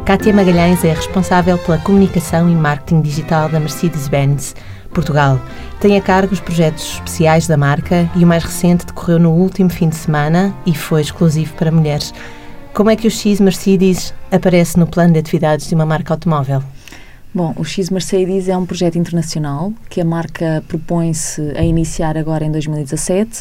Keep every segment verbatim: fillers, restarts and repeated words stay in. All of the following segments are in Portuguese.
Kátia Magalhães é responsável pela comunicação e marketing digital da Mercedes-Benz Portugal. Tem a cargo os projetos especiais da marca e o mais recente decorreu no último fim de semana e foi exclusivo para mulheres. Como é que o X Mercedes aparece no plano de atividades de uma marca automóvel? Bom, o X Mercedes é um projeto internacional que a marca propõe-se a iniciar agora em dois mil e dezassete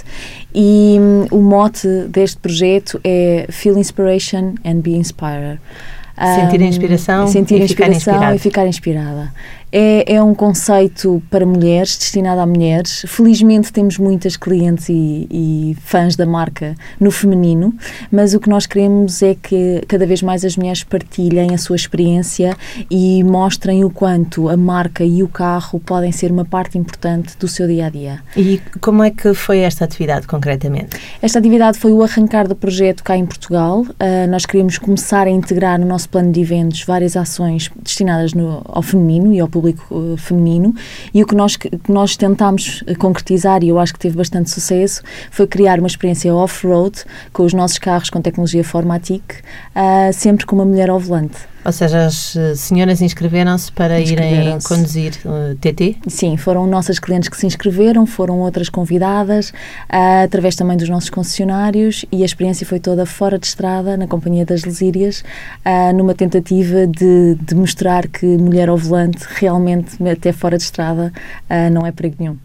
e hum, o mote deste projeto é Feel Inspiration and Be Inspired. Sentir a inspiração, um, sentir e, inspiração ficar e ficar inspirada. É, é um conceito para mulheres, destinado a mulheres. Felizmente temos muitas clientes e, e fãs da marca no feminino, mas o que nós queremos é que cada vez mais as mulheres partilhem a sua experiência e mostrem o quanto a marca e o carro podem ser uma parte importante do seu dia-a-dia. E como é que foi esta atividade concretamente? Esta atividade foi o arrancar do projeto cá em Portugal. Uh, nós queríamos começar a integrar no nosso plano de eventos várias ações destinadas no, ao feminino e ao público uh, feminino, e o que nós, que nós tentámos concretizar, e eu acho que teve bastante sucesso, foi criar uma experiência off-road com os nossos carros com tecnologia Formatic, uh, sempre com uma mulher ao volante. Ou seja, as senhoras inscreveram-se para irem conduzir uh, T T? Sim, foram nossas clientes que se inscreveram, foram outras convidadas, uh, através também dos nossos concessionários, e a experiência foi toda fora de estrada, na companhia das Lesírias, uh, numa tentativa de, de mostrar que mulher ao volante, realmente, até fora de estrada, uh, não é perigo nenhum.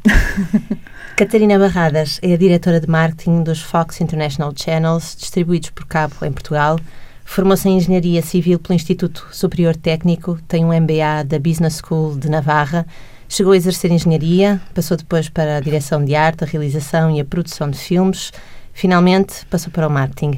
Catarina Barradas é a diretora de marketing dos Fox International Channels, distribuídos por cabo em Portugal. Formou-se em Engenharia Civil pelo Instituto Superior Técnico, tem um M B A da Business School de Navarra, chegou a exercer Engenharia, passou depois para a Direção de Arte, a Realização e a Produção de Filmes, finalmente passou para o Marketing.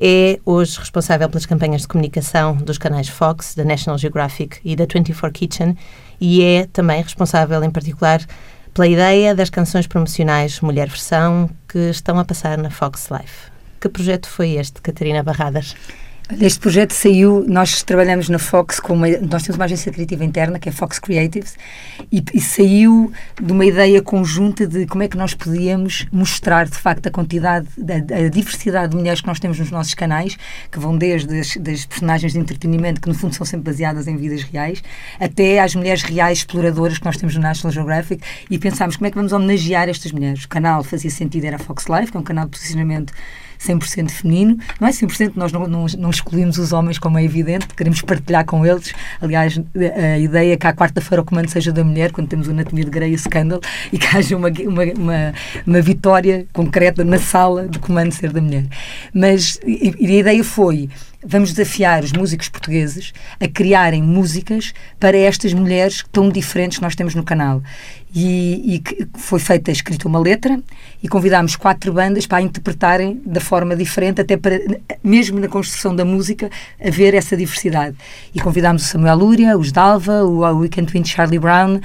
É hoje responsável pelas campanhas de comunicação dos canais Fox, da National Geographic e da vinte e quatro Kitchen, e é também responsável, em particular, pela ideia das canções promocionais Mulher Versão que estão a passar na Fox Life. Que projeto foi este, Catarina Barradas? Este projeto saiu, nós trabalhamos na Fox, com uma, nós temos uma agência criativa interna, que é Fox Creatives, e, e saiu de uma ideia conjunta de como é que nós podíamos mostrar, de facto, a quantidade, a, a diversidade de mulheres que nós temos nos nossos canais, que vão desde as das personagens de entretenimento, que no fundo são sempre baseadas em vidas reais, até às mulheres reais exploradoras que nós temos no National Geographic, e pensámos como é que vamos homenagear estas mulheres. O canal fazia sentido, era a Fox Life, que é um canal de posicionamento cem por cento feminino, não é cem por cento, nós não, não, não excluímos os homens, como é evidente, queremos partilhar com eles. Aliás, a ideia é que à quarta-feira o comando seja da mulher, quando temos o Anatomia de Grey e o Scandal, e que haja uma, uma, uma, uma vitória concreta na sala de comando ser da mulher. Mas e, e a ideia foi, vamos desafiar os músicos portugueses a criarem músicas para estas mulheres tão diferentes que nós temos no canal. E, e que foi feita, escrita uma letra, e convidámos quatro bandas para a interpretarem da forma diferente, até para, mesmo na construção da música, haver essa diversidade. E convidámos o Samuel Lúria, os Dalva, o We Can Twin Charlie Brown,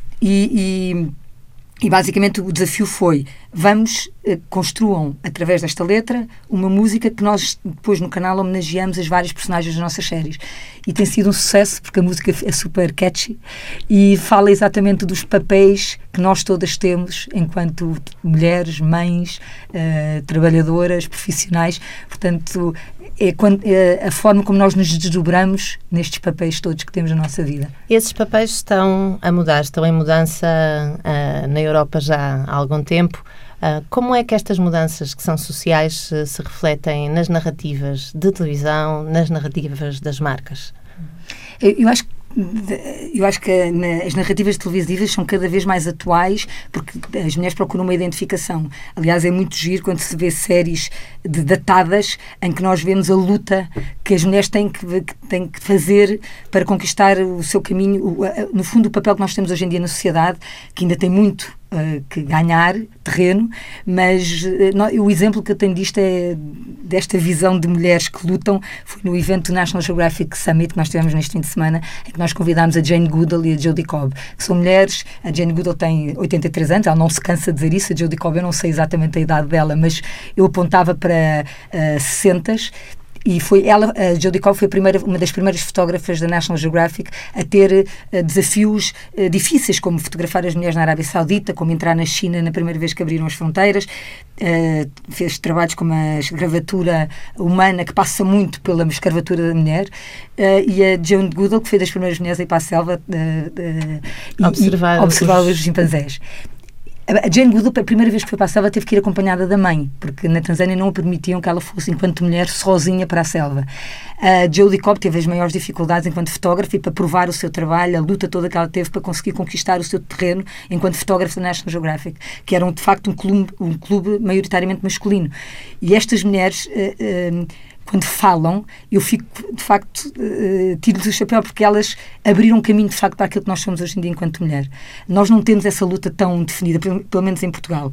e... e E basicamente o desafio foi, vamos, eh, construam através desta letra uma música que nós depois no canal homenageamos as várias personagens das nossas séries. E tem sido um sucesso porque a música é super catchy e fala exatamente dos papéis que nós todas temos enquanto mulheres, mães, eh, trabalhadoras, profissionais. Portanto, é, quando, é a forma como nós nos desdobramos nestes papéis todos que temos na nossa vida. Esses papéis estão a mudar, estão em mudança uh, na Europa já há algum tempo. Uh, como é que estas mudanças que são sociais uh, se refletem nas narrativas de televisão, nas narrativas das marcas? Eu, eu acho que Eu acho que as narrativas televisivas são cada vez mais atuais porque as mulheres procuram uma identificação. Aliás, é muito giro quando se vê séries de datadas em que nós vemos a luta que as mulheres têm que, que, têm que fazer para conquistar o seu caminho. No fundo, o papel que nós temos hoje em dia na sociedade, que ainda tem muito uh, que ganhar terreno, mas uh, o exemplo que eu tenho disto é desta visão de mulheres que lutam. Foi no evento do National Geographic Summit que nós tivemos neste fim de semana, em que nós convidámos a Jane Goodall e a Jodie Cobb, que são mulheres. A Jane Goodall tem oitenta e três anos, ela não se cansa de dizer isso. A Jodie Cobb, eu não sei exatamente a idade dela, mas eu apontava para uh, sessenta. e foi ela, a Jodie Cobb foi a primeira, uma das primeiras fotógrafas da National Geographic a ter uh, desafios uh, difíceis, como fotografar as mulheres na Arábia Saudita, como entrar na China na primeira vez que abriram as fronteiras. Uh, fez trabalhos como a escravatura humana, que passa muito pela escravatura da mulher, uh, e a Jane Goodall, que foi das primeiras mulheres a ir para a selva uh, uh, e observar, e observar os... os chimpanzés. A Jane Goodall, a primeira vez que foi para a selva, teve que ir acompanhada da mãe, porque na Tanzânia não a permitiam que ela fosse, enquanto mulher, sozinha para a selva. A Jodie Cobb teve as maiores dificuldades enquanto fotógrafa, e para provar o seu trabalho, a luta toda que ela teve para conseguir conquistar o seu terreno enquanto fotógrafa da National Geographic, que era, um, de facto, um clube, um clube maioritariamente masculino. E estas mulheres... Uh, uh, quando falam, eu fico, de facto, uh, tiro-lhes o chapéu, porque elas abriram um caminho, de facto, para aquilo que nós somos hoje em dia enquanto mulher. Nós não temos essa luta tão definida, pelo, pelo menos em Portugal.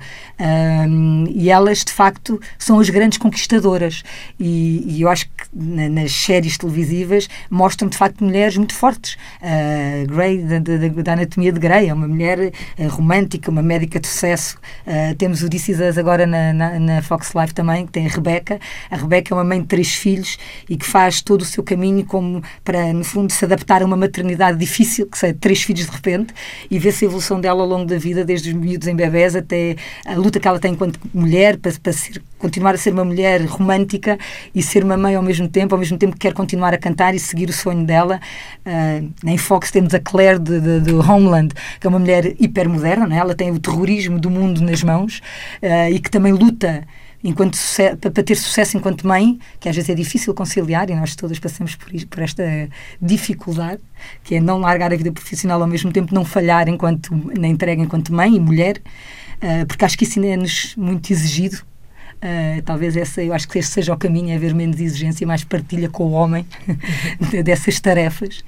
Um, e elas, de facto, são as grandes conquistadoras. E, e eu acho que na, nas séries televisivas mostram, de facto, mulheres muito fortes. Uh, Grey, da, da, da Anatomia de Grey, é uma mulher uh, romântica, uma médica de sucesso. Uh, temos o This Is Us agora na, na, na Fox Life também, que tem a Rebecca. A Rebecca é uma mãe de três filhos e que faz todo o seu caminho como para, no fundo, se adaptar a uma maternidade difícil, que seja três filhos de repente, e ver-se a evolução dela ao longo da vida, desde os miúdos em bebés até a luta que ela tem enquanto mulher, para, para ser, continuar a ser uma mulher romântica e ser uma mãe ao mesmo tempo, ao mesmo tempo que quer continuar a cantar e seguir o sonho dela. Uh, em Fox temos a Claire de, de, de Homeland, que é uma mulher hipermoderna, não é? Ela tem o terrorismo do mundo nas mãos, uh, e que também luta enquanto para ter sucesso enquanto mãe, que às vezes é difícil conciliar, e nós todas passamos por, isto, por esta dificuldade, que é não largar a vida profissional, ao mesmo tempo não falhar enquanto, na entrega enquanto mãe e mulher, uh, porque acho que isso ainda é-nos muito exigido. Uh, talvez essa, eu acho que esse seja o caminho, é haver menos exigência e mais partilha com o homem dessas tarefas.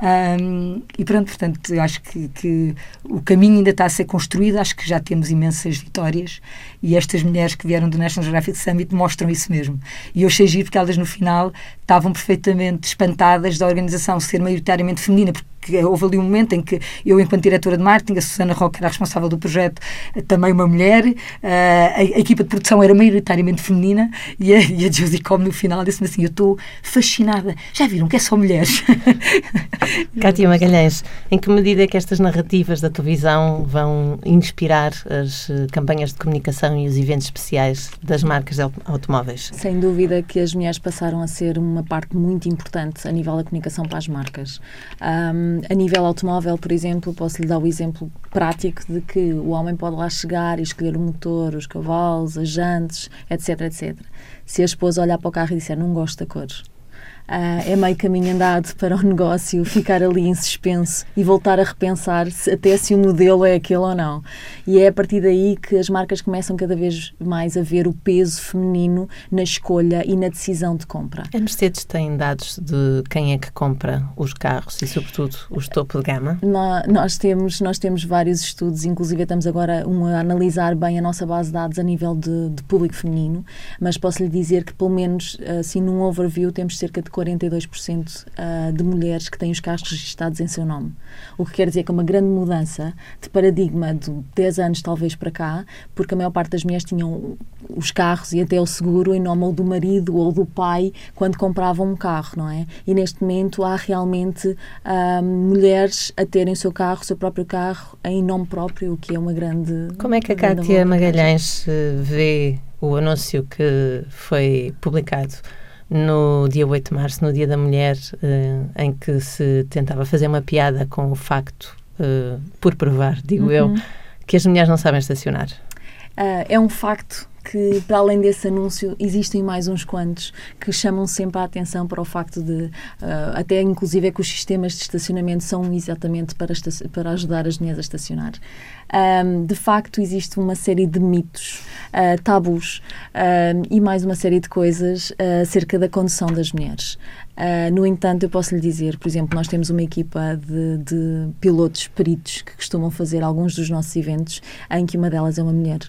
Um, e pronto, portanto, eu acho que, que o caminho ainda está a ser construído. Acho que já temos imensas vitórias, e estas mulheres que vieram do National Geographic Summit mostram isso mesmo. E eu achei giro porque elas no final estavam perfeitamente espantadas da organização ser maioritariamente feminina, porque que houve ali um momento em que eu, enquanto diretora de marketing, a Susana Roque era a responsável do projeto, também uma mulher, uh, a, a equipa de produção era maioritariamente feminina, e a, e a Jodie Cobb no final disse-me assim: eu estou fascinada, já viram que é só mulheres? Cátia Magalhães, em que medida é que estas narrativas da televisão vão inspirar as uh, campanhas de comunicação e os eventos especiais das marcas de automóveis? Sem dúvida que as mulheres passaram a ser uma parte muito importante a nível da comunicação para as marcas. Um, A nível automóvel, por exemplo, posso-lhe dar o exemplo prático de que o homem pode lá chegar e escolher o motor, os cavalos, as jantes, etc, etcétera. Se a esposa olhar para o carro e disser não gosto da cor, Uh, é meio caminho andado para o negócio ficar ali em suspenso e voltar a repensar se, até se o modelo é aquele ou não. E é a partir daí que as marcas começam cada vez mais a ver o peso feminino na escolha e na decisão de compra. A Mercedes tem dados de quem é que compra os carros e, sobretudo, os topo de gama? Nós, nós, temos, nós temos vários estudos, inclusive estamos agora um, a analisar bem a nossa base de dados a nível de, de público feminino, mas posso-lhe dizer que, pelo menos, assim, num overview, temos cerca de quarenta e dois por cento uh, de mulheres que têm os carros registados em seu nome. O que quer dizer que é uma grande mudança de paradigma de dez anos talvez para cá, porque a maior parte das mulheres tinham os carros e até o seguro em nome ou do marido ou do pai quando compravam um carro, não é? E neste momento há realmente uh, mulheres a terem o seu carro, o seu próprio carro, em nome próprio, o que é uma grande... Como é que a Cátia Magalhães vê o anúncio que foi publicado no dia oito de março, no Dia da Mulher, uh, em que se tentava fazer uma piada com o facto, uh, por provar, digo uhum. eu, que as mulheres não sabem estacionar? Uh, é um facto que, para além desse anúncio, existem mais uns quantos que chamam sempre a atenção para o facto de, uh, até inclusive é que os sistemas de estacionamento são exatamente para, para ajudar as mulheres a estacionar. Um, de facto, existe uma série de mitos, uh, tabus uh, e mais uma série de coisas uh, acerca da condução das mulheres. Uh, no entanto, eu posso lhe dizer, por exemplo, nós temos uma equipa de, de pilotos peritos que costumam fazer alguns dos nossos eventos, em que uma delas é uma mulher.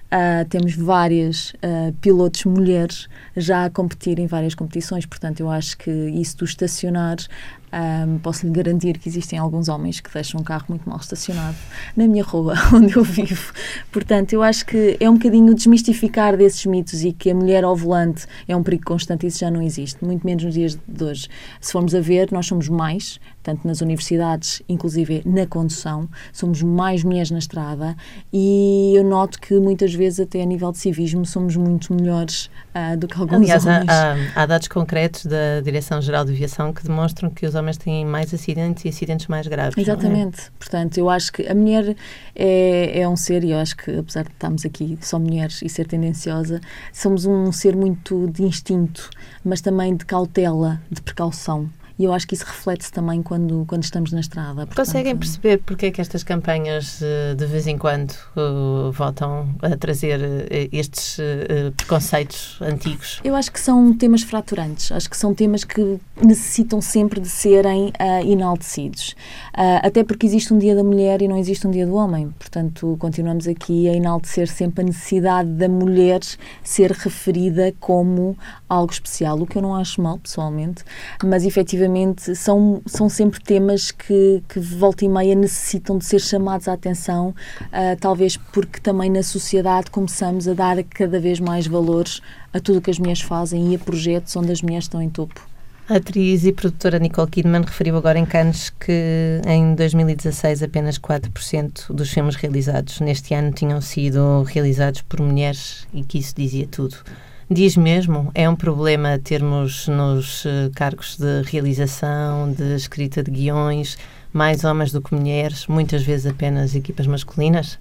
Uh, temos várias uh, pilotos mulheres já a competir em várias competições, portanto eu acho que isso do estacionar, um, posso lhe garantir que existem alguns homens que deixam um carro muito mal estacionado na minha rua, onde eu vivo. Portanto, eu acho que é um bocadinho desmistificar desses mitos e que a mulher ao volante é um perigo constante, isso já não existe, muito menos nos dias de hoje. Se formos a ver, nós somos mais, tanto nas universidades, inclusive na condução, somos mais mulheres na estrada e eu noto que muitas vezes até a nível de civismo somos muito melhores uh, do que alguns Aliás, homens. Há, há, há dados concretos da Direção-Geral de Aviação que demonstram que os homens têm mais acidentes e acidentes mais graves. Exatamente. É? Portanto, eu acho que a mulher é, é um ser, e eu acho que apesar de estarmos aqui só mulheres e ser tendenciosa, somos um ser muito de instinto, mas também de cautela, de precaução. E eu acho que isso reflete-se também quando, quando estamos na estrada. Portanto, conseguem perceber porque é que estas campanhas de vez em quando uh, voltam a trazer uh, estes uh, preconceitos antigos? Eu acho que são temas fraturantes. Acho que são temas que necessitam sempre de serem uh, enaltecidos. Uh, até porque existe um dia da mulher e não existe um dia do homem. Portanto, continuamos aqui a enaltecer sempre a necessidade da mulher ser referida como algo especial, o que eu não acho mal, pessoalmente, mas efetivamente São, são sempre temas que, que volta e meia necessitam de ser chamados à atenção, uh, talvez porque também na sociedade começamos a dar cada vez mais valores a tudo o que as mulheres fazem e a projetos onde as mulheres estão em topo. A atriz e produtora Nicole Kidman referiu agora em Cannes que em dois mil e dezasseis apenas quatro por cento dos filmes realizados neste ano tinham sido realizados por mulheres e que isso dizia tudo. Diz mesmo, é um problema termos nos uh, cargos de realização, de escrita de guiões, mais homens do que mulheres, muitas vezes apenas equipas masculinas?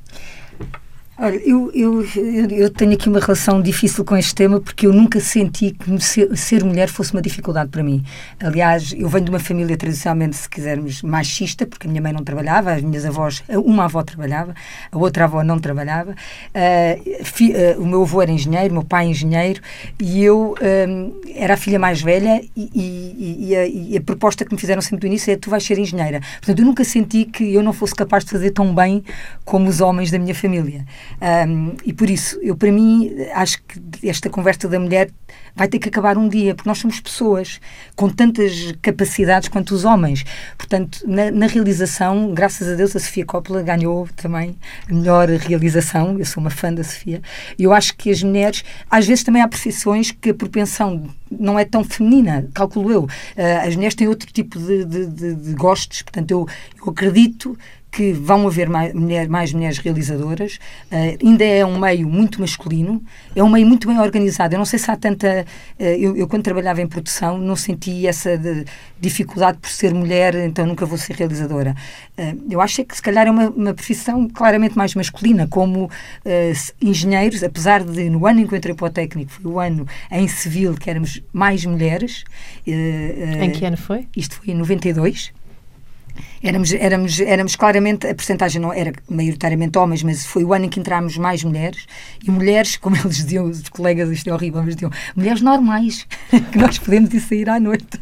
Olha, eu, eu, eu tenho aqui uma relação difícil com este tema porque eu nunca senti que ser, ser mulher fosse uma dificuldade para mim. Aliás, eu venho de uma família tradicionalmente, se quisermos, machista, porque a minha mãe não trabalhava, as minhas avós, uma avó trabalhava, a outra avó não trabalhava. Uh, fi, uh, o meu avô era engenheiro, o meu pai engenheiro, e eu um, era a filha mais velha e, e, e, a, e a proposta que me fizeram sempre do início é: tu vais ser engenheira. Portanto, eu nunca senti que eu não fosse capaz de fazer tão bem como os homens da minha família. Um, e por isso, eu para mim, acho que esta conversa da mulher vai ter que acabar um dia, porque nós somos pessoas com tantas capacidades quanto os homens. Portanto, na, na realização, graças a Deus, a Sofia Coppola ganhou também a melhor realização. Eu sou uma fã da Sofia. E eu acho que as mulheres, às vezes também há profissões que a propensão não é tão feminina, calculo eu. Uh, as mulheres têm outro tipo de, de, de, de gostos, portanto, eu, eu acredito que vão haver mais, mulher, mais mulheres realizadoras. Uh, ainda é um meio muito masculino, é um meio muito bem organizado. Eu não sei se há tanta... Uh, eu, eu, quando trabalhava em produção, não senti essa de, dificuldade por ser mulher, então nunca vou ser realizadora. Uh, eu acho que, se calhar, é uma, uma profissão claramente mais masculina, como uh, engenheiros, apesar de, no ano em que eu entrei para o técnico, foi o ano em civil que éramos mais mulheres. Uh, uh, em que ano foi? Isto foi em noventa e dois. Éramos, éramos, éramos claramente, a percentagem não era maioritariamente homens, mas foi o ano em que entrámos mais mulheres, e mulheres, como eles diziam, os colegas, isto é horrível, mas diziam, mulheres normais, que nós podemos ir sair à noite.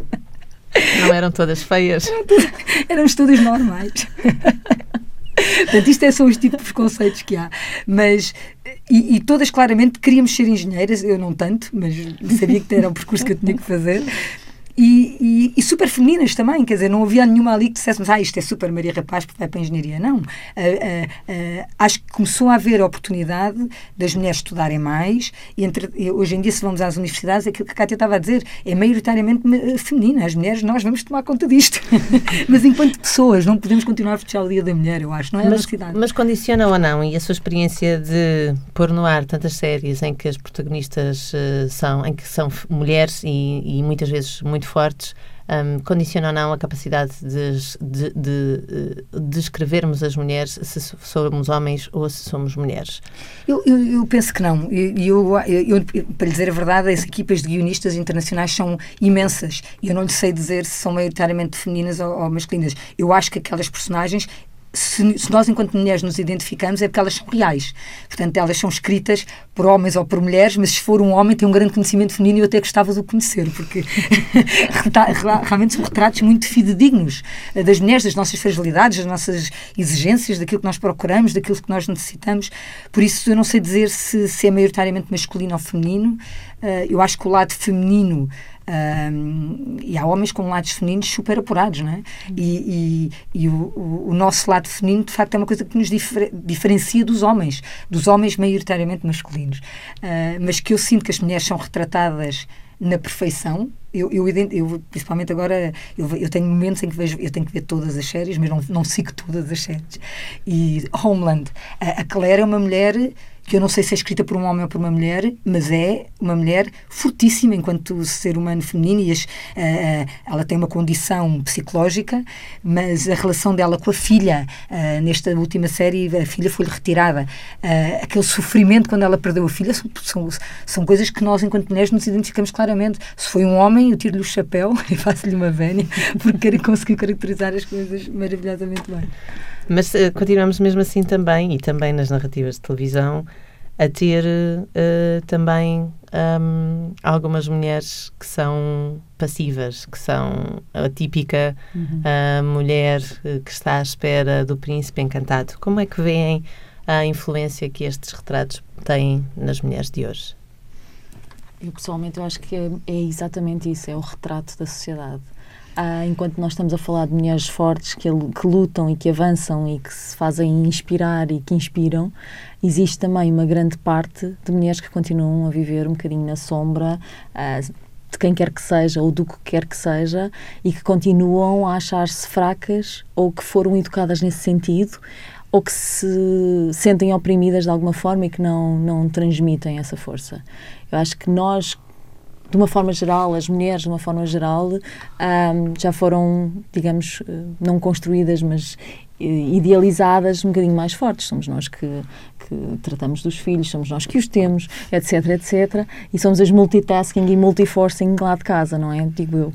Não eram todas feias? Eram todas, éramos todas normais. Portanto, isto é só os tipos de conceitos que há. Mas, e, e todas claramente queríamos ser engenheiras, eu não tanto, mas sabia que era o percurso que eu tinha que fazer. E, e, e super femininas também, quer dizer, não havia nenhuma ali que dissessemos, ah, isto é super Maria Rapaz porque vai para a engenharia. Não. Uh, uh, uh, acho que começou a haver a oportunidade das mulheres estudarem mais, e entre, hoje em dia, se vamos às universidades, aquilo que a Cátia estava a dizer, é maioritariamente feminina. As mulheres, nós vamos tomar conta disto. Mas enquanto pessoas, não podemos continuar a festejar o Dia da Mulher, eu acho, não é mas, a necessidade. Mas condiciona ou não? E a sua experiência de pôr no ar tantas séries em que as protagonistas uh, são, em que são mulheres e, e muitas vezes muito fortes, um, condiciona ou não a capacidade de, de, de, de escrevermos as mulheres, se somos homens ou se somos mulheres? Eu, eu, eu penso que não. Eu, eu, eu, para lhe dizer a verdade, as equipas de guionistas internacionais são imensas. E eu não lhe sei dizer se são maioritariamente femininas ou, ou masculinas. Eu acho que aquelas personagens se, se nós, enquanto mulheres, nos identificamos, é porque elas são reais. Portanto, elas são escritas por homens ou por mulheres, mas se for um homem, tem um grande conhecimento feminino e eu até gostava de o conhecer, porque realmente são retratos muito fidedignos das mulheres, das nossas fragilidades, das nossas exigências, daquilo que nós procuramos, daquilo que nós necessitamos. Por isso, eu não sei dizer se, se é maioritariamente masculino ou feminino. Uh, eu acho que o lado feminino, um, e há homens com lados femininos super apurados, não é? E, e, e o, o, o nosso lado feminino, de facto, é uma coisa que nos difer, diferencia dos homens, dos homens maioritariamente masculinos. Uh, mas que eu sinto que as mulheres são retratadas na perfeição. Eu, eu, eu principalmente agora, eu, eu tenho momentos em que vejo, eu tenho que ver todas as séries, mas não, não sigo todas as séries. E Homeland, a, a Claire é uma mulher que eu não sei se é escrita por um homem ou por uma mulher, mas é uma mulher fortíssima enquanto ser humano feminino, e as, uh, ela tem uma condição psicológica, mas a relação dela com a filha, uh, nesta última série, a filha foi-lhe retirada. Uh, aquele sofrimento quando ela perdeu a filha, são, são, são coisas que nós, enquanto mulheres, nos identificamos claramente. Se foi um homem, eu tiro-lhe o chapéu e faço-lhe uma vénia, porque conseguiu caracterizar as coisas maravilhosamente bem. Mas uh, continuamos mesmo assim também, e também nas narrativas de televisão, a ter uh, também um, algumas mulheres que são passivas, que são a típica uhum. uh, mulher uh, que está à espera do príncipe encantado. Como é que veem a influência que estes retratos têm nas mulheres de hoje? Eu, pessoalmente, eu acho que é, é exatamente isso, é o retrato da sociedade. Ah, enquanto nós estamos a falar de mulheres fortes que, que lutam e que avançam e que se fazem inspirar e que inspiram, existe também uma grande parte de mulheres que continuam a viver um bocadinho na sombra, ah, de quem quer que seja ou do que quer que seja, e que continuam a achar-se fracas ou que foram educadas nesse sentido, ou que se sentem oprimidas de alguma forma e que não, não transmitem essa força. Eu acho que nós, de uma forma geral, as mulheres, de uma forma geral, um, já foram, digamos, não construídas, mas idealizadas um bocadinho mais fortes. Somos nós que, que tratamos dos filhos, somos nós que os temos, etc, etcétera. E somos as multitasking e multiforcing lá de casa, não é? Digo eu.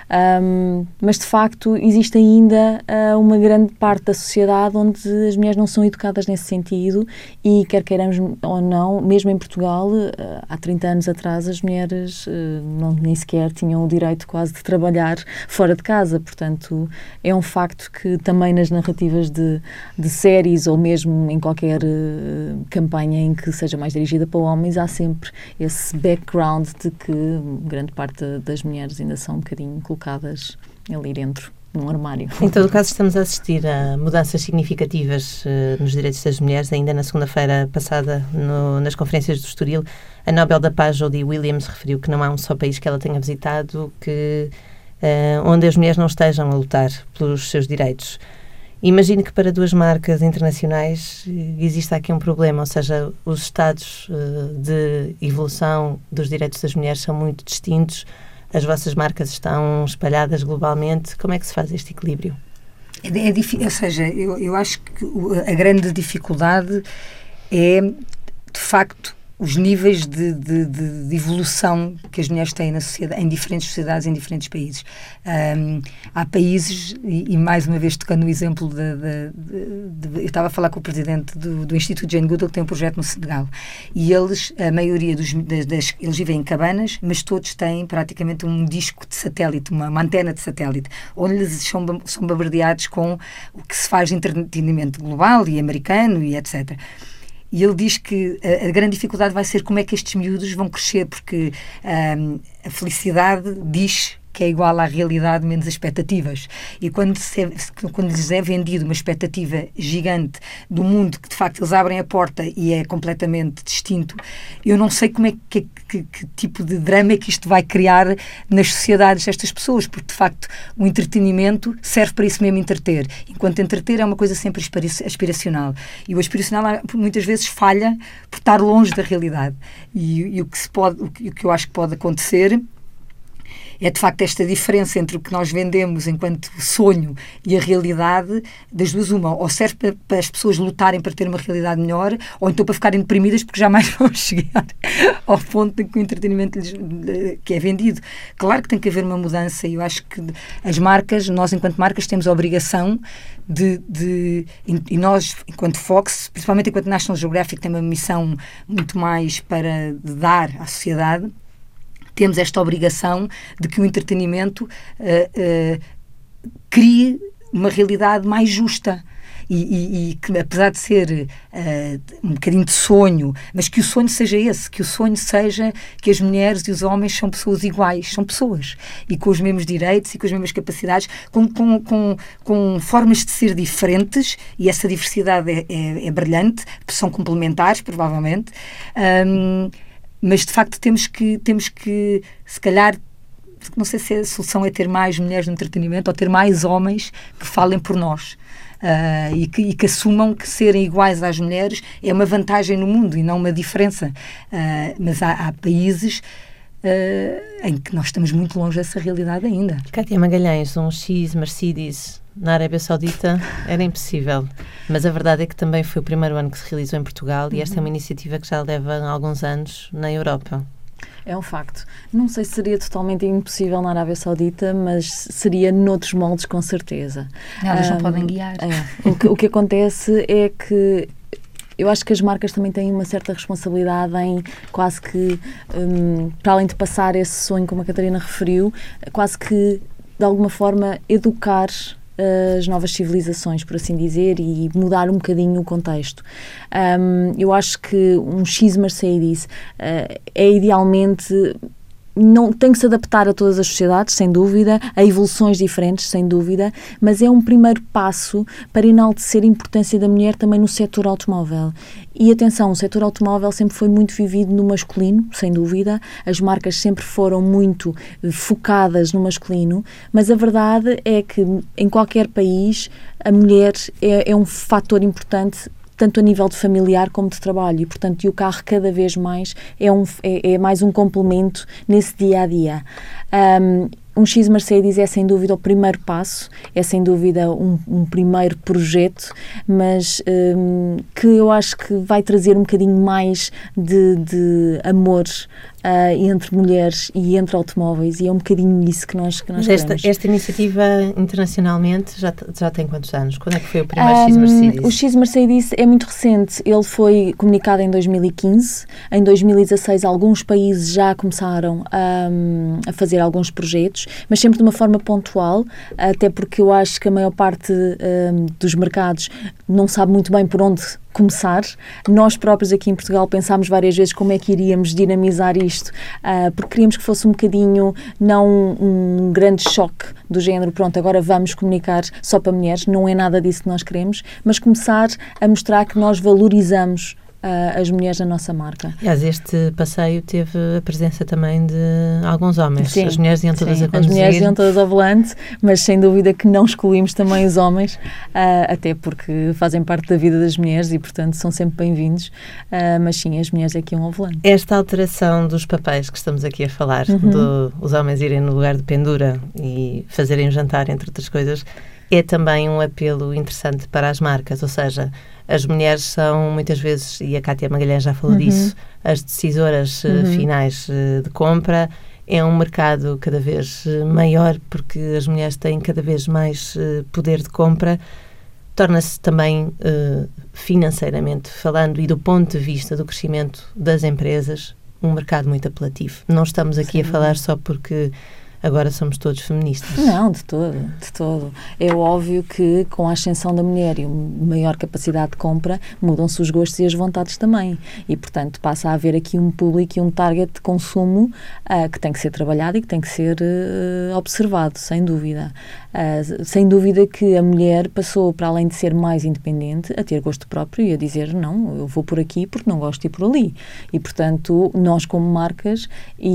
Um, mas, de facto, existe ainda uh, uma grande parte da sociedade onde as mulheres não são educadas nesse sentido e, quer queiramos ou não, mesmo em Portugal, uh, há trinta anos atrás, as mulheres uh, não, nem sequer tinham o direito quase de trabalhar fora de casa. Portanto, é um facto que também nas narrativas De, de séries ou mesmo em qualquer uh, campanha em que seja mais dirigida para homens, há sempre esse background de que grande parte das mulheres ainda são um bocadinho colocadas ali dentro, num armário. Em todo o caso, estamos a assistir a mudanças significativas uh, nos direitos das mulheres. Ainda na segunda-feira passada, no, nas conferências do Estoril, a Nobel da Paz, Jodie Williams, referiu que não há um só país que ela tenha visitado que, uh, onde as mulheres não estejam a lutar pelos seus direitos. Imagino que para duas marcas internacionais exista aqui um problema, ou seja, os estados uh, de evolução dos direitos das mulheres são muito distintos, as vossas marcas estão espalhadas globalmente. Como é que se faz este equilíbrio? É, é, ou seja, eu, eu acho que a grande dificuldade é, de facto, os níveis de, de, de, de evolução que as mulheres têm na sociedade, em diferentes sociedades, em diferentes países. Um, há países, e, e mais uma vez tocando no exemplo, de, de, de, de, eu estava a falar com o presidente do, do Instituto Jane Goodall, que tem um projeto no Senegal, e eles, a maioria dos, das, das, eles vivem em cabanas, mas todos têm praticamente um disco de satélite, uma, uma antena de satélite, onde eles são, são bombardeados com o que se faz de entretenimento global e americano e etcétera. E ele diz que a, a grande dificuldade vai ser como é que estes miúdos vão crescer, porque um, a felicidade diz que é igual à realidade menos as expectativas. E quando, se é, quando lhes é vendido uma expectativa gigante do mundo, que de facto eles abrem a porta e é completamente distinto, eu não sei como é que, que, que tipo de drama é que isto vai criar nas sociedades destas pessoas, porque de facto o entretenimento serve para isso mesmo, entreter. Enquanto entreter é uma coisa sempre aspiracional. E o aspiracional muitas vezes falha por estar longe da realidade. E, e o, que se pode, o, que, o que eu acho que pode acontecer é de facto esta diferença entre o que nós vendemos enquanto sonho e a realidade, das duas uma, ou serve para, para as pessoas lutarem para ter uma realidade melhor, ou então para ficarem deprimidas porque jamais vão chegar ao ponto em que o entretenimento lhes, que é vendido. Claro que tem que haver uma mudança, e eu acho que as marcas, nós enquanto marcas temos a obrigação de, de e nós enquanto Fox, principalmente enquanto National Geographic, tem uma missão muito mais para dar à sociedade, temos esta obrigação de que o entretenimento uh, uh, crie uma realidade mais justa. E, e, e que, apesar de ser uh, um bocadinho de sonho, mas que o sonho seja esse, que o sonho seja que as mulheres e os homens são pessoas iguais, são pessoas, e com os mesmos direitos e com as mesmas capacidades, com, com, com, com formas de ser diferentes, e essa diversidade é, é, é brilhante, são complementares, provavelmente, um, mas de facto temos que, temos que, se calhar, não sei se a solução é ter mais mulheres no entretenimento ou ter mais homens que falem por nós. Uh, e, que, e que assumam que serem iguais às mulheres é uma vantagem no mundo e não uma diferença. Uh, mas há, há países uh, em que nós estamos muito longe dessa realidade ainda. Cátia Magalhães, um X Mercedes na Arábia Saudita era impossível, mas a verdade é que também foi o primeiro ano que se realizou em Portugal, e esta é uma iniciativa que já leva alguns anos na Europa. É um facto. Não sei se seria totalmente impossível na Arábia Saudita, mas seria noutros moldes, com certeza. Elas um, não podem guiar. É. O, que, o que acontece é que eu acho que as marcas também têm uma certa responsabilidade em quase que, um, para além de passar esse sonho, como a Catarina referiu, quase que, de alguma forma, educar as novas civilizações, por assim dizer, e mudar um bocadinho o contexto. Um, eu acho que um X Mercedes uh, é idealmente... Não, tem que se adaptar a todas as sociedades, sem dúvida, a evoluções diferentes, sem dúvida, mas é um primeiro passo para enaltecer a importância da mulher também no setor automóvel. E atenção, o setor automóvel sempre foi muito vivido no masculino, sem dúvida, as marcas sempre foram muito focadas no masculino, mas a verdade é que em qualquer país a mulher é, é um fator importante, tanto a nível de familiar como de trabalho, e portanto e o carro cada vez mais é, um, é, é mais um complemento nesse dia-a-dia. Um, Um X Mercedes é sem dúvida o primeiro passo, é sem dúvida um, um primeiro projeto, mas um, que eu acho que vai trazer um bocadinho mais de, de amor uh, entre mulheres e entre automóveis, e é um bocadinho isso que nós, que nós esta, queremos. Esta iniciativa internacionalmente já, já tem quantos anos? Quando é que foi o primeiro um, X Mercedes? O X Mercedes é muito recente, ele foi comunicado em dois mil e quinze, em dois mil e dezasseis alguns países já começaram um, a fazer alguns projetos, mas sempre de uma forma pontual, até porque eu acho que a maior parte um, dos mercados não sabe muito bem por onde começar. Nós próprios aqui em Portugal pensámos várias vezes como é que iríamos dinamizar isto, uh, porque queríamos que fosse um bocadinho, não um, um grande choque do género, pronto, agora vamos comunicar só para mulheres, não é nada disso que nós queremos, mas começar a mostrar que nós valorizamos Uh, as mulheres da nossa marca. Aliás, este passeio teve a presença também de alguns homens. Sim, as mulheres iam todas sim, a conduzir. As mulheres iam todas ao volante, mas sem dúvida que não excluímos também os homens, uh, até porque fazem parte da vida das mulheres e, portanto, são sempre bem-vindos. Uh, mas sim, as mulheres é que iam ao volante. Esta alteração dos papéis que estamos aqui a falar, uhum. do, os homens irem no lugar de pendura e fazerem o jantar, entre outras coisas, é também um apelo interessante para as marcas, ou seja, as mulheres são muitas vezes, e a Cátia Magalhães já falou uhum. disso, as decisoras uhum. uh, finais uh, de compra. É um mercado cada vez uh, maior, porque as mulheres têm cada vez mais uh, poder de compra. Torna-se também, uh, financeiramente falando e do ponto de vista do crescimento das empresas, um mercado muito apelativo. Não estamos aqui Sim. a falar só porque agora somos todos feministas. Não, de todo, de todo. É óbvio que com a ascensão da mulher e uma maior capacidade de compra, mudam-se os gostos e as vontades também. E, portanto, passa a haver aqui um público e um target de consumo uh, que tem que ser trabalhado e que tem que ser uh, observado, sem dúvida. Uh, sem dúvida que a mulher passou, para além de ser mais independente, a ter gosto próprio e a dizer, não, eu vou por aqui porque não gosto de ir por ali. E, portanto, nós como marcas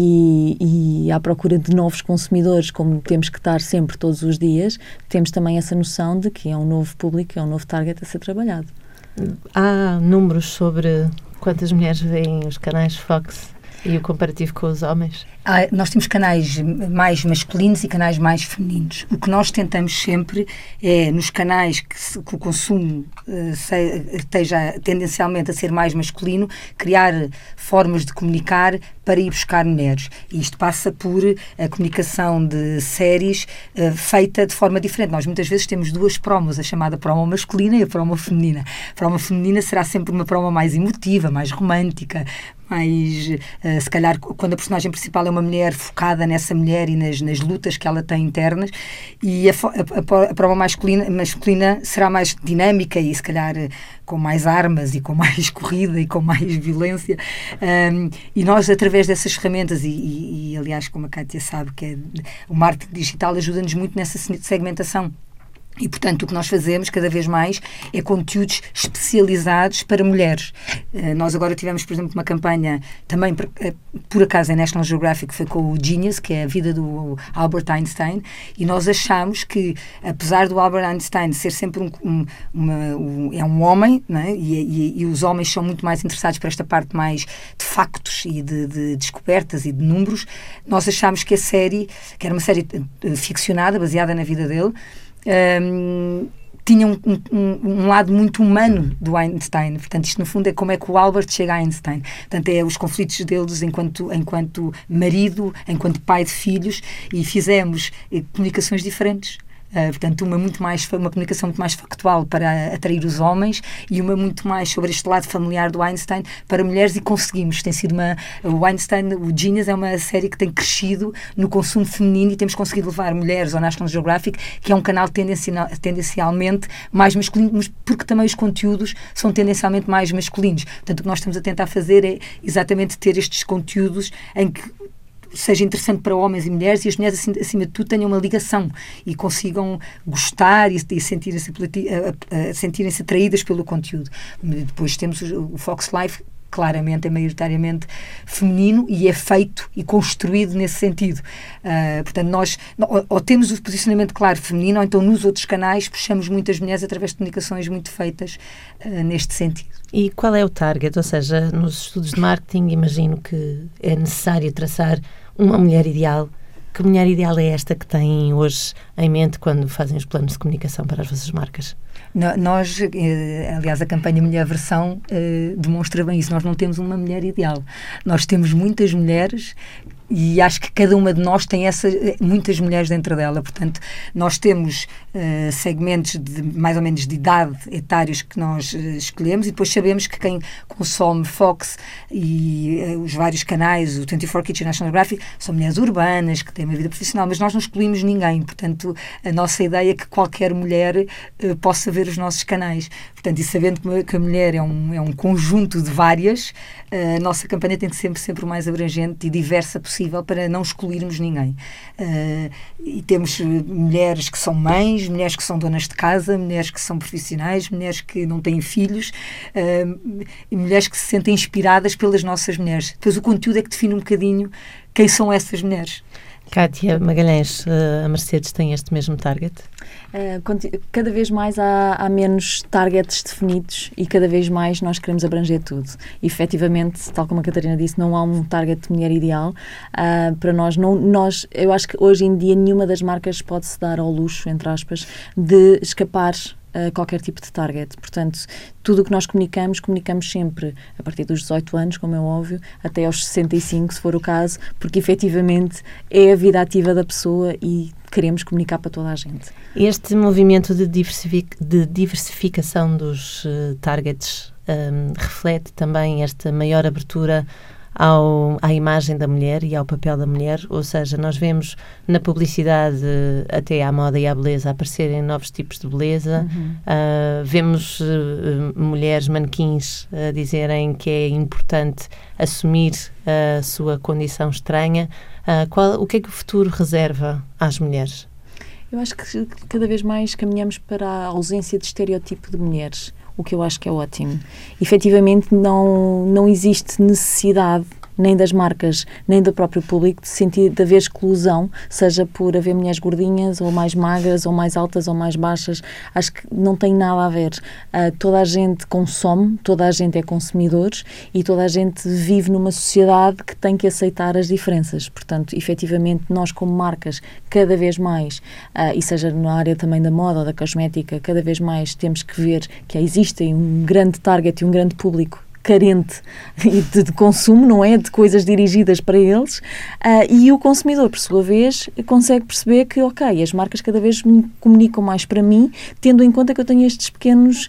e, e à procura de novos consumidores, como temos que estar sempre todos os dias, temos também essa noção de que é um novo público, é um novo target a ser trabalhado. Há números sobre quantas mulheres veem os canais Fox? E o comparativo com os homens? Ah, nós temos canais mais masculinos e canais mais femininos. O que nós tentamos sempre é, nos canais que, se, que o consumo uh, se, esteja tendencialmente a ser mais masculino, criar formas de comunicar para ir buscar mulheres. E isto passa por a comunicação de séries uh, feita de forma diferente. Nós muitas vezes temos duas promos, a chamada promo masculina e a promo feminina. A promo feminina será sempre uma promo mais emotiva, mais romântica, mais, uh, se calhar, quando a personagem principal é uma mulher focada nessa mulher e nas, nas lutas que ela tem internas, e a, a, a prova masculina, masculina será mais dinâmica e, se calhar, com mais armas e com mais corrida e com mais violência. Um, e nós, através dessas ferramentas, e, e, e aliás, como a Kátia sabe, que é, o marketing digital ajuda-nos muito nessa segmentação. E, portanto, o que nós fazemos cada vez mais é conteúdos especializados para mulheres. Uh, nós agora tivemos, por exemplo, uma campanha também, por, uh, por acaso, em National Geographic, foi com o Genius, que é a vida do Albert Einstein, e nós achamos que, apesar do Albert Einstein ser sempre um, um, uma, um, é um homem, não é? e, e, e os homens são muito mais interessados por esta parte mais de factos e de, de descobertas e de números, nós achamos que a série, que era uma série uh, ficcionada, baseada na vida dele, Um, tinha um, um, um lado muito humano do Einstein. Portanto, isto no fundo é como é que o Albert chega a Einstein. Portanto, é os conflitos deles enquanto, enquanto marido, enquanto pai de filhos, e fizemos eh, comunicações diferentes. Uh, portanto, uma muito mais uma comunicação muito mais factual para atrair os homens e uma muito mais sobre este lado familiar do Einstein para mulheres, e conseguimos. Tem sido uma o Einstein, o Genius é uma série que tem crescido no consumo feminino, e temos conseguido levar mulheres ao National Geographic, que é um canal tendencial, tendencialmente mais masculino, mas porque também os conteúdos são tendencialmente mais masculinos. Portanto, o que nós estamos a tentar fazer é exatamente ter estes conteúdos em que seja interessante para homens e mulheres, e as mulheres, acima, acima de tudo, tenham uma ligação e consigam gostar e, e sentirem-se, sentirem-se atraídas pelo conteúdo. Depois temos o, o Fox Life, claramente é maioritariamente feminino e é feito e construído nesse sentido. Uh, portanto, nós ou, ou temos o posicionamento claro feminino, ou então nos outros canais puxamos muitas mulheres através de comunicações muito feitas uh, neste sentido. E qual é o target? Ou seja, nos estudos de marketing imagino que é necessário traçar uma mulher ideal. Que mulher ideal é esta que têm hoje em mente quando fazem os planos de comunicação para as vossas marcas? No, nós, eh, aliás, a campanha Mulher Versão eh, demonstra bem isso. Nós não temos uma mulher ideal. Nós temos muitas mulheres, e acho que cada uma de nós tem essa, muitas mulheres dentro dela. Portanto, nós temos uh, segmentos de mais ou menos de idade etários que nós uh, escolhemos, e depois sabemos que quem consome Fox e uh, os vários canais, o vinte e quatro Kitchen, National Geographic, são mulheres urbanas, que têm uma vida profissional, mas nós não escolhemos ninguém. Portanto, a nossa ideia é que qualquer mulher uh, possa ver os nossos canais. Portanto, e sabendo que a mulher é um, é um conjunto de várias, uh, a nossa campanha tem que ser sempre, sempre o mais abrangente e diversa possível, para não excluirmos ninguém. Uh, e temos mulheres que são mães, mulheres que são donas de casa, mulheres que são profissionais, mulheres que não têm filhos, uh, e mulheres que se sentem inspiradas pelas nossas mulheres. Depois o conteúdo é que define um bocadinho quem são essas mulheres. Kátia Magalhães, a Mercedes tem este mesmo target? Uh, cada vez mais há, há menos targets definidos, e cada vez mais nós queremos abranger tudo. E, efetivamente, tal como a Catarina disse, não há um target de mulher ideal. Uh, para nós, não, nós, eu acho que hoje em dia nenhuma das marcas pode-se dar ao luxo, entre aspas, de escapar a qualquer tipo de target. Portanto, tudo o que nós comunicamos, comunicamos sempre a partir dos dezoito anos, como é óbvio, até aos sessenta e cinco, se for o caso, porque efetivamente é a vida ativa da pessoa e queremos comunicar para toda a gente. Este movimento de, diversific, de diversificação dos uh, targets um, reflete também esta maior abertura Ao, à imagem da mulher e ao papel da mulher, ou seja, nós vemos na publicidade até à moda e à beleza aparecerem novos tipos de beleza, uhum. uh, vemos uh, mulheres manequins a uh, dizerem que é importante assumir uh, a sua condição estranha. Uh, qual, o que é que o futuro reserva às mulheres? Eu acho que cada vez mais caminhamos para a ausência de estereotipo de mulheres, o que eu acho que é ótimo. Efetivamente, não, não existe necessidade nem das marcas, nem do próprio público, de sentir de haver exclusão, seja por haver mulheres gordinhas, ou mais magras, ou mais altas, ou mais baixas. Acho que não tem nada a ver. Uh, toda a gente consome, toda a gente é consumidor e toda a gente vive numa sociedade que tem que aceitar as diferenças. Portanto, efetivamente, nós como marcas, cada vez mais, uh, e seja na área também da moda ou da cosmética, cada vez mais temos que ver que existe um grande target e um grande público carente de, de consumo, não é? De coisas dirigidas para eles, uh, e o consumidor, por sua vez, consegue perceber que, ok, as marcas cada vez me comunicam mais para mim, tendo em conta que eu tenho estes pequenos,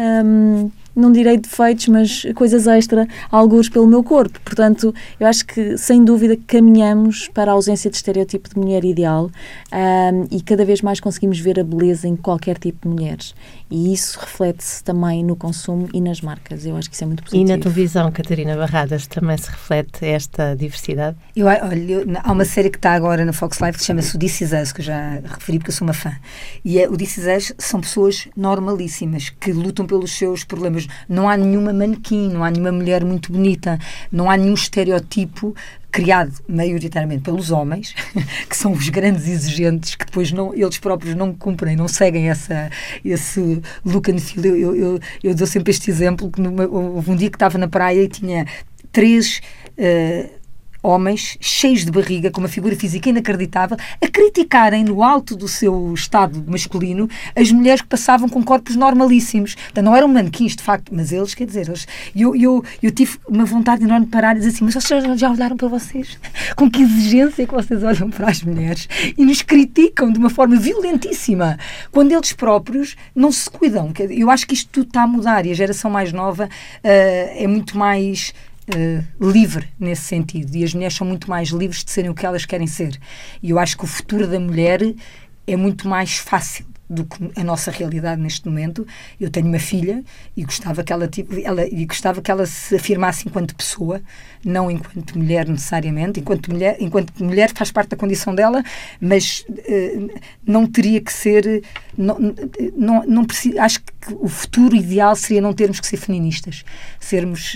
um, não direi defeitos, mas coisas extra, algures pelo meu corpo. Portanto, eu acho que, sem dúvida, caminhamos para a ausência de estereotipo de mulher ideal, um, e cada vez mais conseguimos ver a beleza em qualquer tipo de mulheres. E isso reflete-se também no consumo e nas marcas. Eu acho que isso é muito positivo. E na tua visão, Catarina Barradas, também se reflete esta diversidade? Eu, olha, eu, há uma série que está agora na Fox Live que se chama-se o This Is Us, que eu já referi porque eu sou uma fã. E é, o This Is Us são pessoas normalíssimas, que lutam pelos seus problemas. Não há nenhuma manequim, não há nenhuma mulher muito bonita, não há nenhum estereotipo criado maioritariamente pelos homens, que são os grandes exigentes, que depois não, eles próprios não cumprem, não seguem essa, esse look and feel. Eu, eu, eu, eu dou sempre este exemplo, que numa, houve um dia que estava na praia e tinha três uh, homens cheios de barriga, com uma figura física inacreditável, a criticarem no alto do seu estado masculino as mulheres que passavam com corpos normalíssimos. Então, não eram manequins, de facto, mas eles, quer dizer, eles, eu, eu, eu tive uma vontade enorme de parar e dizer assim, mas vocês já olharam para vocês? Com que exigência é que vocês olham para as mulheres e nos criticam de uma forma violentíssima, quando eles próprios não se cuidam? Eu acho que isto tudo está a mudar e a geração mais nova uh, é muito mais Uh, livre nesse sentido, e as mulheres são muito mais livres de serem o que elas querem ser, e eu acho que o futuro da mulher é muito mais fácil do que a nossa realidade neste momento. Eu tenho uma filha e gostava que ela, ela, e gostava que ela se afirmasse enquanto pessoa, não enquanto mulher necessariamente. Enquanto mulher, enquanto mulher faz parte da condição dela, mas uh, não teria que ser... Não, não, não preciso, acho que o futuro ideal seria não termos que ser feministas, sermos,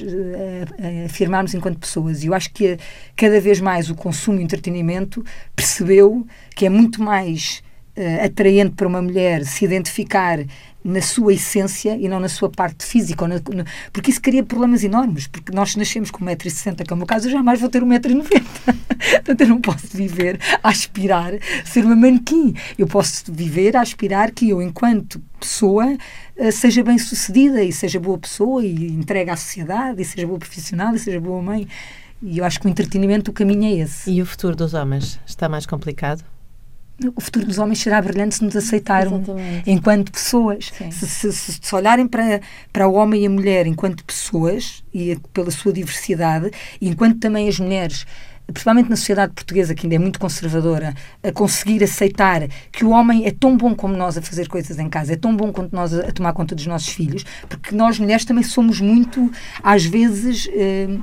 uh, afirmarmos enquanto pessoas. E eu acho que cada vez mais o consumo e o entretenimento percebeu que é muito mais Uh, atraente para uma mulher se identificar na sua essência e não na sua parte física, ou na, no, porque isso cria problemas enormes, porque nós nascemos com um metro e sessenta, que é o meu caso, eu jamais vou ter um metro e noventa. Portanto, eu não posso viver a aspirar ser uma manequim. Eu posso viver a aspirar que eu, enquanto pessoa, uh, seja bem sucedida e seja boa pessoa e entregue à sociedade e seja boa profissional e seja boa mãe. E eu acho que o entretenimento, o caminho é esse. E o futuro dos homens está mais complicado? O futuro dos homens será brilhante se nos aceitarem Exatamente. Enquanto pessoas. Se, se, se, se olharem para, para o homem e a mulher enquanto pessoas e a, pela sua diversidade, e enquanto também as mulheres, principalmente na sociedade portuguesa, que ainda é muito conservadora, a conseguir aceitar que o homem é tão bom como nós a fazer coisas em casa, é tão bom quanto nós a, a tomar conta dos nossos filhos, porque nós mulheres também somos muito, às vezes... Uh,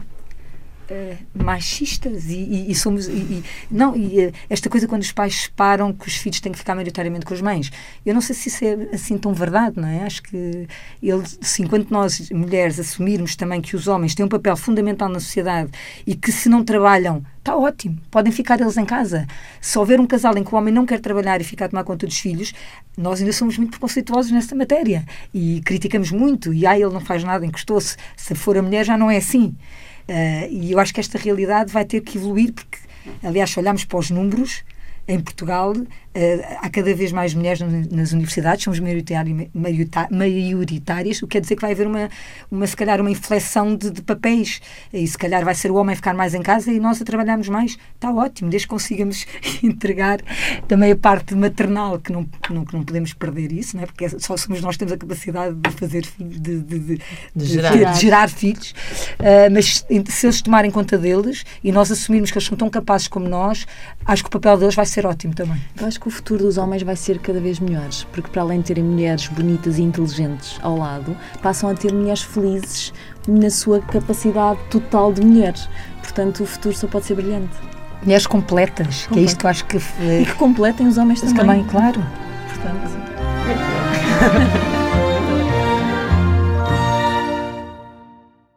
Uh, machistas e, e, e somos e, e, não, e uh, esta coisa quando os pais separam que os filhos têm que ficar maioritariamente com as mães, eu não sei se isso é assim tão verdade, não é? Acho que ele, se enquanto nós mulheres assumirmos também que os homens têm um papel fundamental na sociedade e que se não trabalham, está ótimo, podem ficar eles em casa. Se houver um casal em que o homem não quer trabalhar e ficar a tomar conta dos filhos, nós ainda somos muito preconceituosos nessa matéria e criticamos muito, e ah, ele não faz nada, encostou-se, se for a mulher já não é assim. Uh, e eu acho que esta realidade vai ter que evoluir, porque, aliás, se olharmos para os números, em Portugal uh, há cada vez mais mulheres nas universidades, somos maioritári, maioritárias, o que quer dizer que vai haver uma, uma se calhar uma inflexão de, de papéis, e se calhar vai ser o homem a ficar mais em casa e nós a trabalharmos mais. Está ótimo, desde que consigamos entregar também a parte maternal, que não, que não, que não podemos perder isso, não é? Porque só somos nós que temos a capacidade de fazer filhos, de, de, de, de, gerar. de, de gerar filhos, uh, mas se eles tomarem conta deles e nós assumirmos que eles são tão capazes como nós, acho que o papel deles vai ser ótimo também. Eu acho que o futuro dos homens vai ser cada vez melhor, porque para além de terem mulheres bonitas e inteligentes ao lado, passam a ter mulheres felizes na sua capacidade total de mulher. Portanto, o futuro só pode ser brilhante. Mulheres completas, que é isto que eu acho que... E que completem os homens também. Também, claro. Portanto...